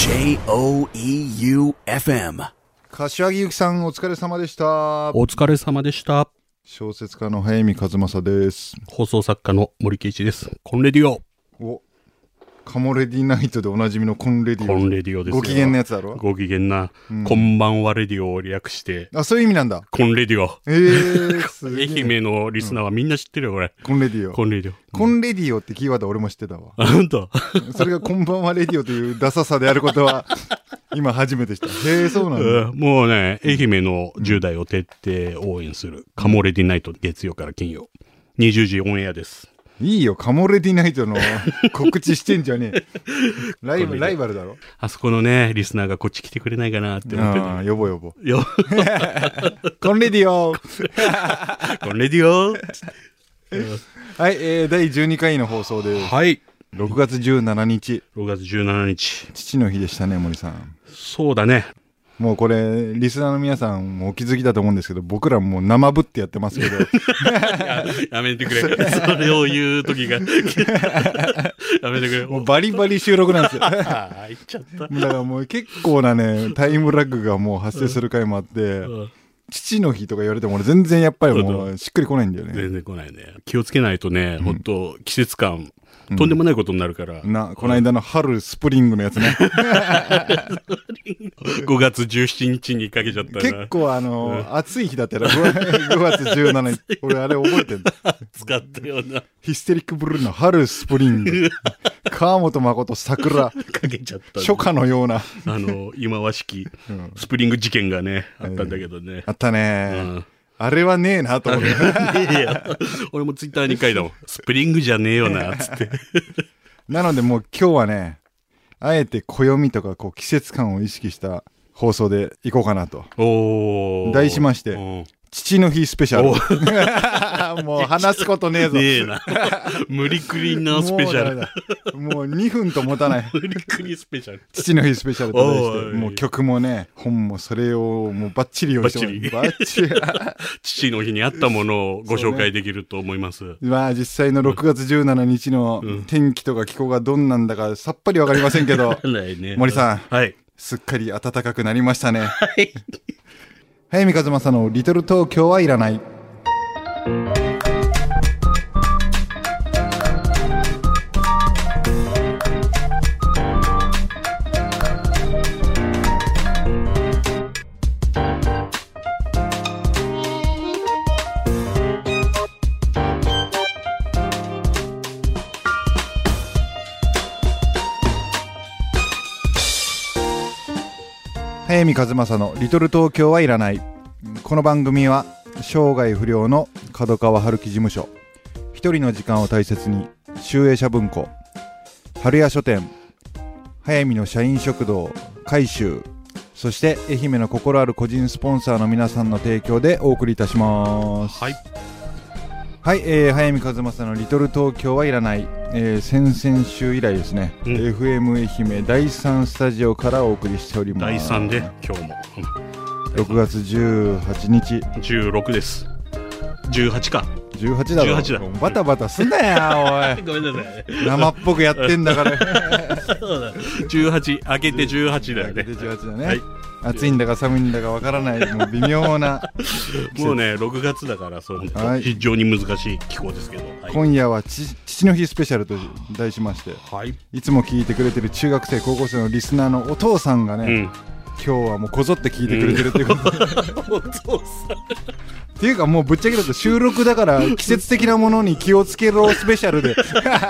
J-O-E-U-F-M 柏木由紀さんお疲れ様でした。 お疲れ様でした。 小説家の早見和正です。 放送作家の森圭一です。コンレディオ。 お、カモレディナイトでおなじみのコンレディオ。 コンレディオですよ。 ご機嫌なやつだろ。 ご機嫌な、こんばんはレディオを略して。 あ、そういう意味なんだ。 コンレディオ。 すげえ。 愛媛のリスナーはみんな知ってるよこれ。 コンレディオ。 コンレディオ。 コンレディオってキーワード俺も知ってたわ。 あ、ほんと。 それがこんばんはレディオというダサさであることは今初めてした。へえ、そうなんだ。 もうね、愛媛の10代を徹底応援するカモレディナイト、月曜から金曜20時オンエアです。 いいよ、カモレディナイトの告知してんじゃねえ。ライバルだろ。 あそこのね、リスナーがこっち来てくれないかなって思ってた。 呼ぼう。 よコンレディオコンレディオはい、第12回の放送です。 はい。 6月17日。 6月17日。 父の日でしたね、森さん。 そうだね。 もうこれ、リスナーの皆さんもお気づきだと思うんですけど、僕らもう生ぶってやってますけど。 やめてくれ。それを言う時が。やめてくれ。 もうバリバリ収録なんですよ。 言っちゃった。 だからもう結構なね、タイムラグがもう発生する回もあって、父の日とか言われても俺全然やっぱりもうしっくりこないんだよね。 全然来ないね。気をつけないとね、ほんと季節感、とんでもないことになるから。 この間の春スプリングのやつね。 5月17日にかけちゃったな。 結構暑い日だったら5月17日。俺あれ覚えてんだ。 使ったような。 ヒステリックブルーの春スプリング。川本誠桜。 かけちゃった。 初夏のような。 忌まわしきスプリング事件がね、あったんだけどね。 あったね。あれはねえなと思って。 俺もツイッターに書いたもん。スプリングじゃねえよな、つって。 なのでもう今日はね、あえて暦とかこう季節感を意識した放送でいこうかなと。題しまして、父の日スペシャル。もう話すことねえぞ。 ねえな。無理くりなスペシャル。 もう2分と持たない。 無理くりスペシャル。 父の日スペシャルと題して、もう曲もね、本もそれをもうバッチリ用意してます。バッチリ。 父の日にあったものをご紹介できると思います。 まあ実際の6月17日の天気とか気候がどんなんだかさっぱりわかりませんけど、森さん、すっかり暖かくなりましたね。早見和正のリトル東京はいらない。早見和正のリトル東京はいらない。この番組は生涯不良の角川春樹事務所、一人の時間を大切に集英社文庫、春屋書店、早見の社員食堂改修、そして愛媛の心ある個人スポンサーの皆さんの提供でお送りいたします。はい、早見和正のリトル東京はいらない、先々週以来ですね、FM 愛媛第3スタジオからお送りしております。 第3で今日も 6月18日 16です。18か 18だろ。 18だ。 バタバタすんなやおい。 ごめんなさい。 生っぽくやってんだからそうだ。18明けて18だよね。 明けて18だね、はい、暑いんだか寒いんだかわからないもう微妙なもうね6月だからそう、はい、非常に難しい気候ですけど、はい、 今夜は父の日スペシャルと題しまして、 はい、 いつも聞いてくれてる中学生高校生のリスナーのお父さんがね、今日はもうこぞって聞いてくれてるっていうことで、 お父さんっていうかもうぶっちゃけると収録だから季節的なものに気をつけろスペシャルで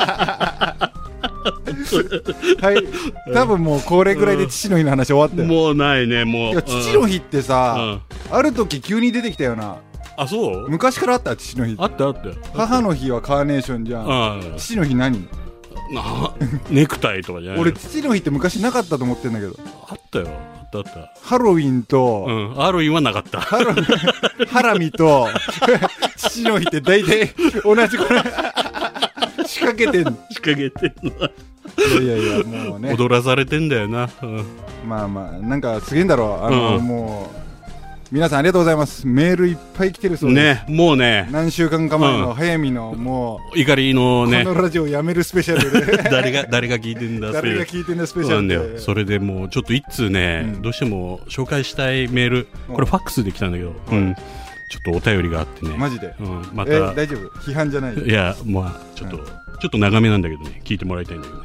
はい、多分もうこれぐらいで父の日の話終わって、 もうないねもう。 いや父の日ってさ、ある時急に出てきたよな。 あ、そう？ 昔からあった父の日。 あった母の日はカーネーションじゃん。父の日何？ ネクタイとかじゃない？ 俺父の日って昔なかったと思ってんだけど。 あったよ。あった。 ハロウィンと、 ハロウィンはなかった。 ハラミと父の日って大体同じこれ仕掛けてんの。いやもうね踊らされてんだよな、 まあなんかすげえんだろう、もう皆さんありがとうございます。メールいっぱい来てるそうです。 ね、もうね、 何週間か前の早見のもう、 怒りのね、 このラジオやめるスペシャルで。 誰が聞いてんだ誰が聞いてんだスペシそうャルで。 なんだよ。それでもう、ちょっと一通ね、どうしても紹介したいメール、これファックスで来たんだけど、ちょっとお便りがあってね。 マジで、 また。 大丈夫批判じゃない？ いや、まあ、ちょっと長めなんだけどね、聞いてもらいたいんだけどね。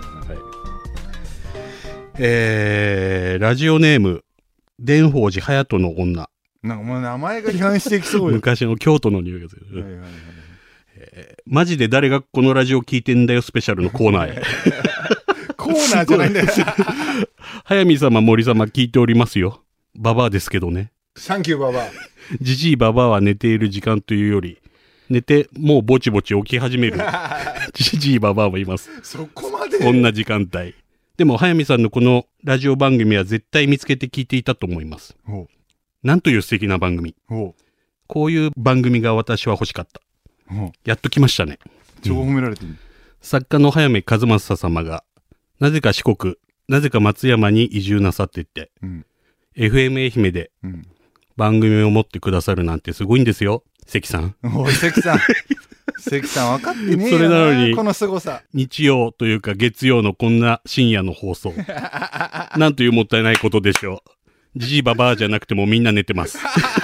ラジオネーム、伝法寺隼人の女。 なんかもう名前が批判してきそうよ。 昔の京都の匂いがする。マジで誰がこのラジオ聞いてんだよスペシャルのコーナーへ。 コーナーじゃないんだよ。 早見様、森様聞いておりますよ。ババアですけどね。 サンキューババア。 じじいババアは寝ている時間というより、寝てもうぼちぼち起き始めるじじいババアもいます。 そこまでこんな時間帯。でも早見さんのこのラジオ番組は絶対見つけて聞いていたと思います。なんという素敵な番組。こういう番組が私は欲しかった。やっと来ましたね。 超褒められてる。 作家の早見和正様がなぜか四国、なぜか松山に移住なさっていて、FM 愛媛で番組を持ってくださるなんてすごいんですよ、関さん。 おい関さん関さん分かってねえよな。 それなのにこの凄さ。 日曜というか月曜のこんな深夜の放送なんというもったいないことでしょう。じじいばばあじゃなくてもみんな寝てます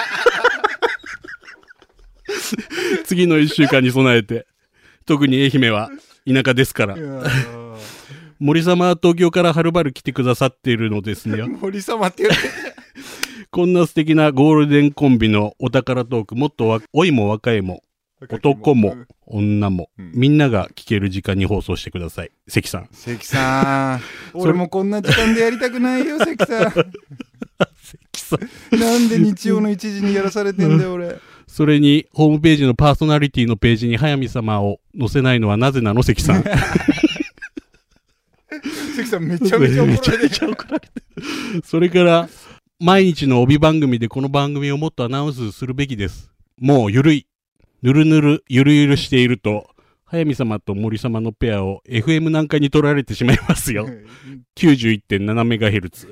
次の1週間に備えて、特に愛媛は田舎ですから森様は東京からはるばる来てくださっているのですね。 森様って言ってこんな素敵なゴールデンコンビのお宝トーク、もっと老いも若いも男も女も、みんなが聞ける時間に放送してください、関さん。 関さん俺もこんな時間でやりたくないよ関さん関さんなんで日曜の1時にやらされてんだよ俺それにホームページのパーソナリティのページに早見様を載せないのはなぜなの関さん関さんめちゃめちゃ怒られてるそれから毎日の帯番組でこの番組をもっとアナウンスするべきです。もうゆるいぬるぬるゆるゆるしていると早見様と森様のペアを FM なんかに取られてしまいますよ91.7MHz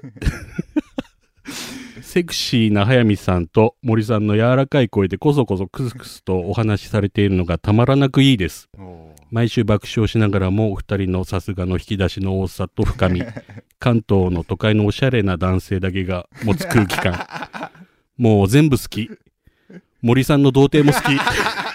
セクシーな早見さんと森さんの柔らかい声でこそこそクスクスとお話しされているのがたまらなくいいです。毎週爆笑しながらもお二人のさすがの引き出しの多さと深み関東の都会のおしゃれな男性だけが持つ空気感もう全部好き。森さんの童貞も好き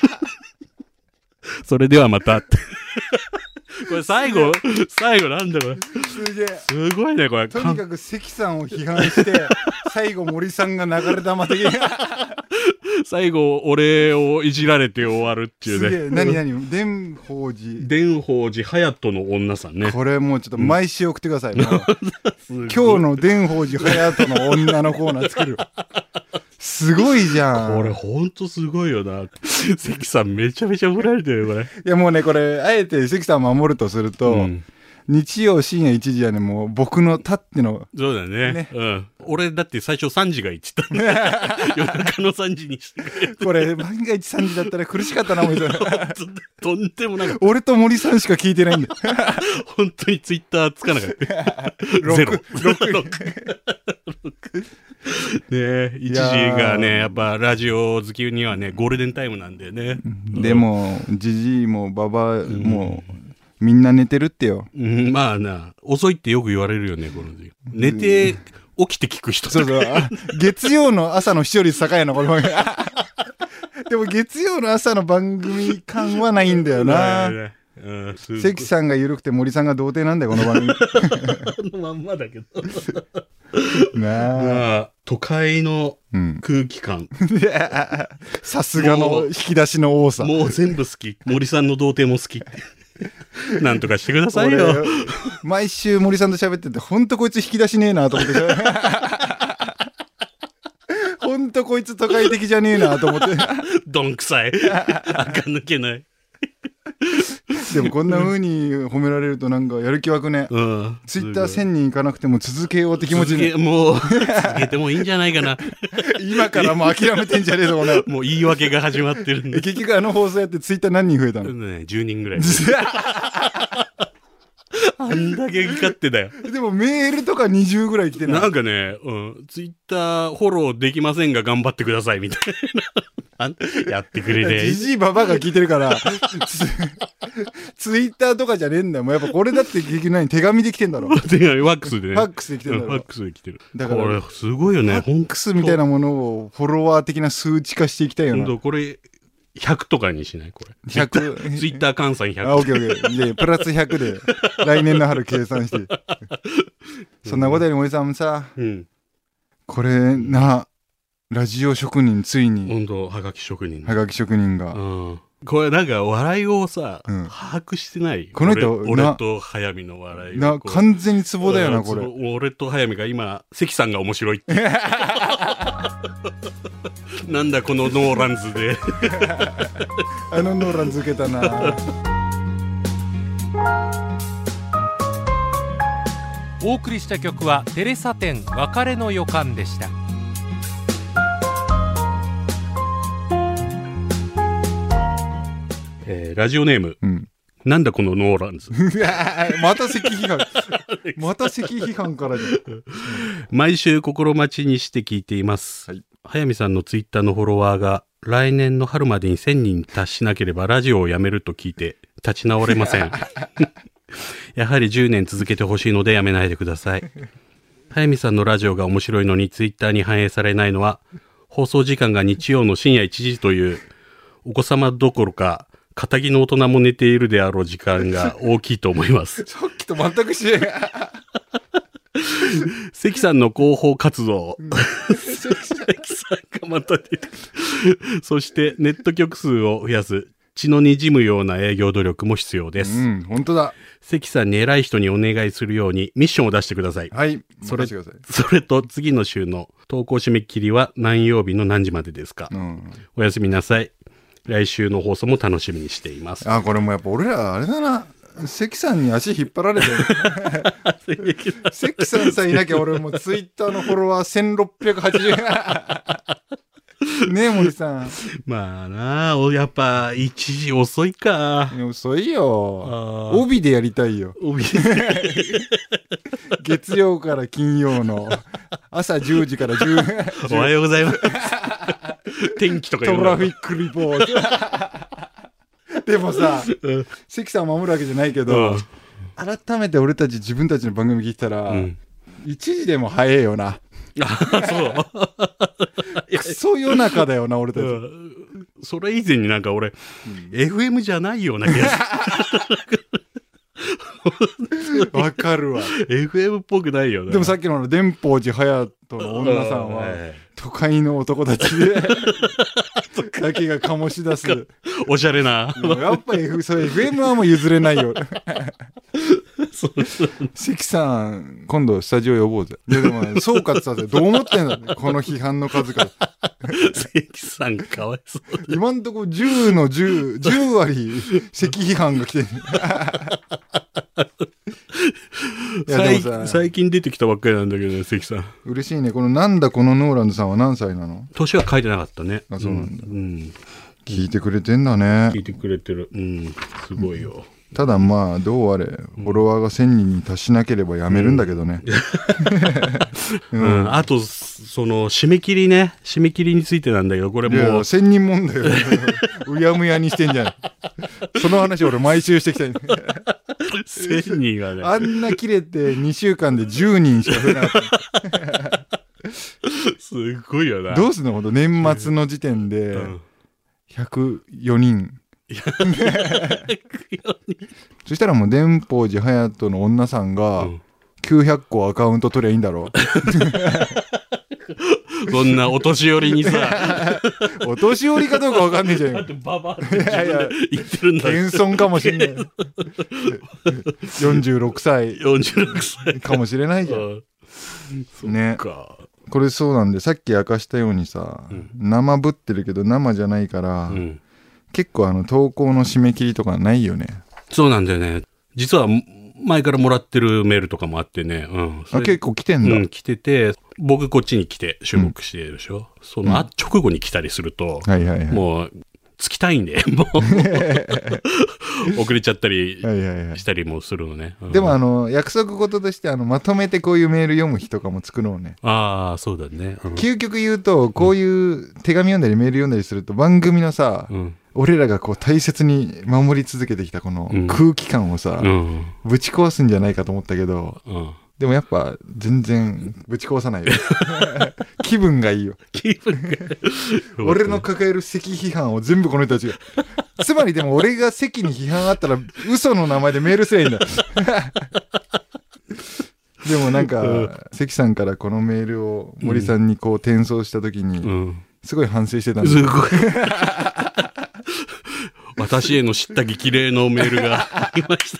それではまたこれ最後なんだこれ。 すげえすごいねこれ。 とにかく関さんを批判して最後森さんが流れ玉的に最後俺をいじられて終わるっていうね。 すげえ何伝法寺隼人の女さんね。 これもうちょっと毎週送ってください、もう今日の伝法寺隼人の女のコーナー作るすごいじゃんこれほんとすごいよな関さんめちゃめちゃ怒られてるよこれ。 いやもうねこれあえて関さん守るとすると、日曜深夜1時はねもう僕のたってのそうだね、俺だって最初3時がいいって言った夜中の3時にしてくれこれ万が一3時だったら苦しかったな森さんとんでもなかった。 俺と森さんしか聞いてないんだ本当にツイッターつかなかったゼロねえ1時がねやっぱラジオ好きにはねゴールデンタイムなんでね。 でもジジイもババアもみんな寝てるってよ、 まあな遅いってよく言われるよねこの時寝て起きて聞く人とかそう月曜の朝の視聴率高いのこれでも月曜の朝の番組感はないんだよな関さんが緩くて森さんが童貞なんだよこの番組このまんまだけどなあ都会の空気感、 さすがの引き出しの多さ。 もう全部好き。森さんの童貞も好きなんとかしてくださいよ。 毎週森さんと喋っててほんとこいつ引き出しねえなと思ってほんとこいつ都会的じゃねえなと思ってどんくさい垢抜けないでもこんな風に褒められるとなんかやる気湧くね、ツイッター1000人いかなくても続けようって気持ちにもう続けてもいいんじゃないかな今からもう諦めてんじゃねえぞこれもう言い訳が始まってるんで結局あの放送やってツイッター何人増えたの、 10人ぐらいあんだけ光ってだよ。 でもメールとか20ぐらい来てない。 なんかね、ツイッターフォローできませんが頑張ってくださいみたいな。やってくれね。 じじいばばが聞いてるから、ツイッターとかじゃねえんだよ。もうやっぱこれだって結局何手紙で来てんだろ。 手紙、ワックスでね。 ファックスで来てんだろ。 ファックスで来てる。 だからこれすごいよね。 ファックスみたいなものをフォロワー的な数値化していきたいよな。 ほんと、これ、100とかにしないこれ。 100。 ツイッター換算100。 あ、オッケーオッケー。で、プラス100で、来年の春計算して。そんなことより森さんもさ、これな、ラジオ職人ついに。 ほんと、はがき職人。 はがき職人が。 これなんか笑いをさ、把握してない。 この人、 俺と早見の笑いを。 完全にツボだよな、これ。 俺と早見が今、関さんが面白いって。なんだこのノーランズで。 あのノーランズ受けたな。 お送りした曲はテレサテン別れの予感でした。 ラジオネーム、なんだこのノーランズ。 また赤批判。また赤批判からじゃん。 毎週心待ちにして聞いています。早見さんのツイッターのフォロワーが来年の春までに1000人達しなければラジオをやめると聞いて立ち直れません。やはり10年続けてほしいのでやめないでください。早見さんのラジオが面白いのにツイッターに反映されないのは放送時間が日曜の深夜1時というお子様どころか仇の大人も寝ているであろう時間が大きいと思います。 さっきと全く違う。 関さんの広報活動、関さんがまた出てくる。そしてネット局数を増やす血の滲むような営業努力も必要です。 本当だ。 関さんに偉い人にお願いするようにミッションを出してください。 はい。 それと次の週の投稿締め切りは何曜日の何時までですか。おやすみなさい。来週の放送も楽しみにしています。 これもやっぱ俺らあれだな。関さんに足引っ張られてる。関さんさえいなきゃ俺もツイッターのフォロワー1680。ねえ森さん。 まあなあ、やっぱ一時遅いか。 遅いよ。帯でやりたいよ。 帯月曜から金曜の朝10時から10時。 おはようございます。天気とかトラフィックリポート。でもさ、関さんを守るわけじゃないけど、改めて俺たち自分たちの番組聞いたら、1時でも早えよな。 そう。 クソ夜中だよな、俺たち。 それ以前になんか俺、FM じゃないような気がする。わかるわ。 FM っぽくないよね。 でもさっきの伝法寺隼人の女さんは、都会の男たちでだけが醸し出すおしゃれな。 やっぱりFM はもう譲れないよ。関さん今度スタジオ呼ぼうぜ。でも総括させどう思ってんだこの批判の数から。 関さんかわいそう。 今んとこ10の10割関批判が来てる。 最近出てきたばっかりなんだけどね、関さん。 嬉しいね。このなんだこのノーランドさんは何歳なの？ 年は書いてなかったね。 そうなんだ。聞いてくれてんだね。 聞いてくれてる。すごいよ。 ただまあどうあれフォロワーが1000人に達しなければやめるんだけどね。 あとその締め切りについてなんだけど、これもう 1000人問題をうやむやにしてんじゃん。その話俺毎週してきた。 1000人はね、 あんな切れて2週間で10人しか増えなかった。 すごいよな。 どうすんの？ほんと年末の時点で104人。そしたらもう伝法寺隼人の女さんが900個アカウント取りゃいいんだろ。 そんなお年寄りにさ。 お年寄りかどうか分かんねえじゃん。 だってババアって自分で言ってるんだ。 謙遜かもしれない。46歳かもしれないじゃん。ね。これそうなんでさっき明かしたようにさ、生ぶってるけど生じゃないから、結構投稿の締め切りとかないよね。 そうなんだよね。実は前からもらってるメールとかもあってね。 結構来てんだ。 来てて、僕こっちに来て収録してるでしょ。その直後に来たりすると、もうつきたいんで、もう遅れちゃったりはいはいはいしたりもするのね。 でも約束事としてまとめてこういうメール読む日とかも作ろうね。 ああ、そうだね。 究極言うとこういう手紙読んだりメール読んだりすると番組のさ、俺らがこう大切に守り続けてきたこの空気感をさ、ぶち壊すんじゃないかと思ったけど、でもやっぱ全然ぶち壊さないよ。気分がいいよ。 気分が俺の抱える関批判を全部この人たちが。つまりでも俺が関に批判あったら嘘の名前でメールすればいいんだ。でもなんか、関さんからこのメールを森さんにこう転送した時に、すごい反省してたんだ。 すごい。私への知った激励のメールがありました。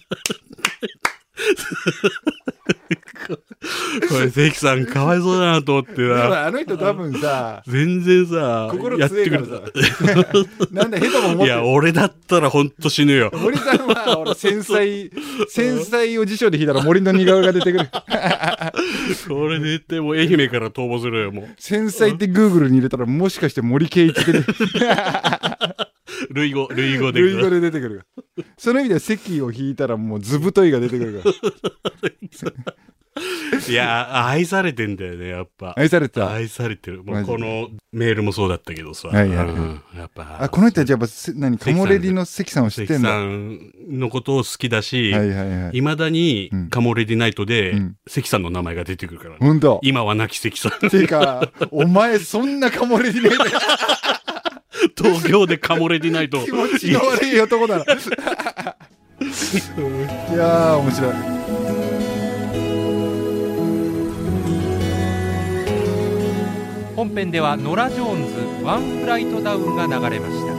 これ関さんかわいそうだなと思ってな。 あの人多分さ全然さ心強いからさなんだ下手も思ってる。 いや俺だったらほんと死ぬよ。 森さんは俺繊細を辞書で引いたら森の似顔絵が出てくる。 これ絶対もう愛媛から逃亡するよ。もう繊細ってグーグルに入れたらもしかして森圭一で類語で出てくる。その意味では関を引いたらもうずぶといが出てくるから。 いや愛されてんだよね。やっぱ愛されてる。もうこのメールもそうだったけどさ、 やっぱこの人たちやっぱカモレディの関さんを知ってんだ。 関さんのことを好きだし、いまだにカモレディナイトで関さんの名前が出てくるから、 本当。 今は亡き関さん。 てかお前そんなカモレディナイト東京でカモレディナイト。 気持ちの悪い男だな。いやー面白い。 本編ではノラ・ジョーンズワンフライトダウンが流れました。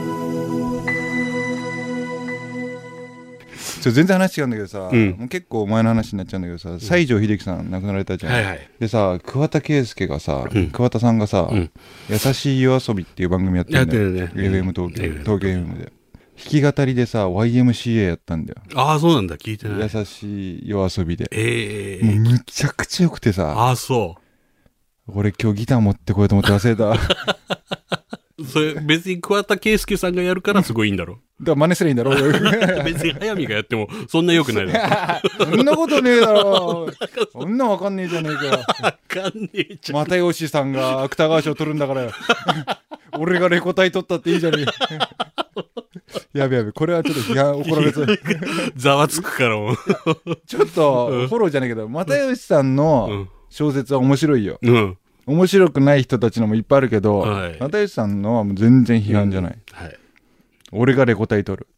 全然話違うんだけどさ、もう結構前の話になっちゃうんだけどさ、西城秀樹さん亡くなられたじゃん。でさ、桑田佳祐がさ、桑田さんがさ、優しい夜遊びっていう番組やってるんだよ。FM 東京 FM で。弾き語りでさ、YMCA やったんだよ。 ああ、そうなんだ。聞いてない。 優しい夜遊びで。もうむちゃくちゃ良くてさ。 ああ、そう。 俺今日ギター持ってこようと思って忘れた。 それ別に桑田佳祐さんがやるからすごいいいんだろ。 だから真似すりゃいいんだろ。 別に速水がやってもそんな良くないだろ。そんなことねえだろ。そんなわかんねえじゃねえかよ。 わかんねえじゃん。 又吉さんが芥川賞取るんだからよ。俺がレコ大取ったっていいじゃねえ。やべ、これはちょっと批判怒られそう。 ざわつくからもう。 ちょっとフォローじゃないけど、又吉さんの小説は面白いよ。面白くない人たちのもいっぱいあるけど、又吉さんのはもう全然批判じゃない。俺がレコ大取る。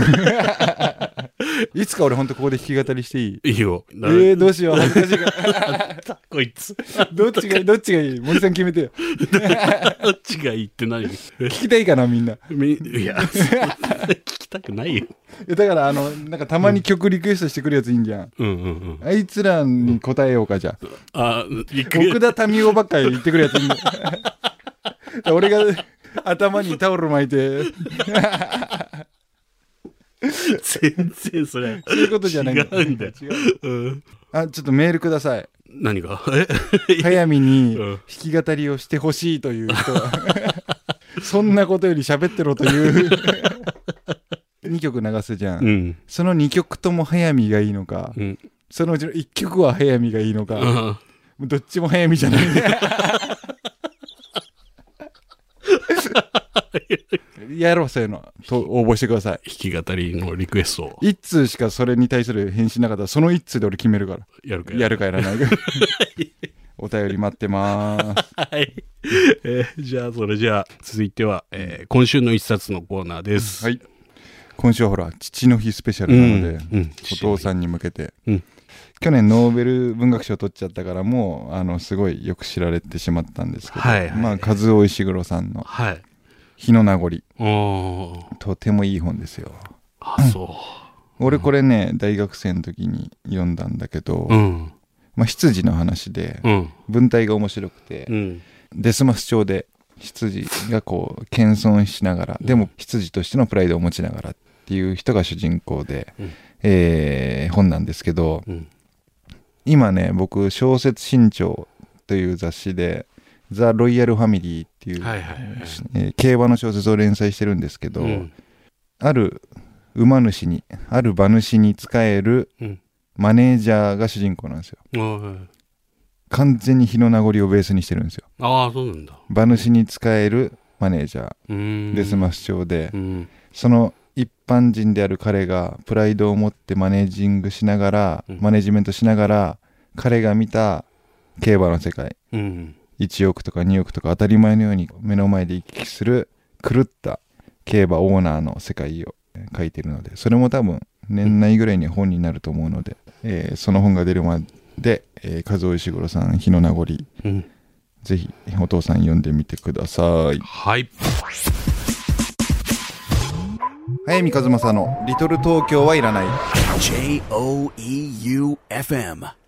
いつか俺ほんとここで弾き語りしていい？ いいよ。 どうしよう。恥ずかしいからこいつ。 どっちがいい？森さん決めてよ。 どっちがいいって何？ 聞きたいかなみんな。 いや、聞きたくないよ。 だからなんかたまに曲リクエストしてくるやついいんじゃん。あいつらに答えようかじゃあ。奥田民生ばっかり言ってくるやついいんだ。俺が頭にタオル巻いて。 全然それそういうことじゃないんだ。 違うんだよ。 ちょっとメールください。 何が？ 早見に弾き語りをしてほしいという人はそんなことより喋ってろという2曲流すじゃん、その2曲とも早見がいいのか、そのうちの1曲は早見がいいのか、どっちも早見じゃないやろう、そういうのと応募してください。 弾き語りのリクエストを 1通しかそれに対する返信なかったらその1通で俺決めるから。 やるかやらないかお便り待ってまーす。 はい、じゃあ続いては、今週の一冊のコーナーです。 はい、今週はほら父の日スペシャルなので、お父さんに向けて、去年ノーベル文学賞取っちゃったからもうすごいよく知られてしまったんですけど、まあ和尾石黒さんの日の名残、とてもいい本ですよ。 あ、そう。 俺これね、大学生の時に読んだんだけど、まあ執事の話で、文体が面白くて、デスマス調で執事がこう謙遜しながら、でも執事としてのプライドを持ちながらっていう人が主人公で、本なんですけど、今ね僕小説新潮という雑誌でザ・ロイヤルファミリーっていう競馬の小説を連載してるんですけど、ある馬主に、ある馬主に仕えるマネージャーが主人公なんですよ。完全に日の名残をベースにしてるんですよ。 ああ、そうなんだ。 馬主に仕えるマネージャー、デスマス調で、その一般人である彼がプライドを持ってマネージメントしながら、彼が見た競馬の世界、1億とか2億とか当たり前のように目の前で行き来する狂った競馬オーナーの世界を書いてるので、それも多分年内ぐらいに本になると思うので、その本が出るまで、和尾石黒さん日の名残、ぜひお父さん読んでみてください。 はい。 早見和正のリトル東京はいらない。 JOEUFM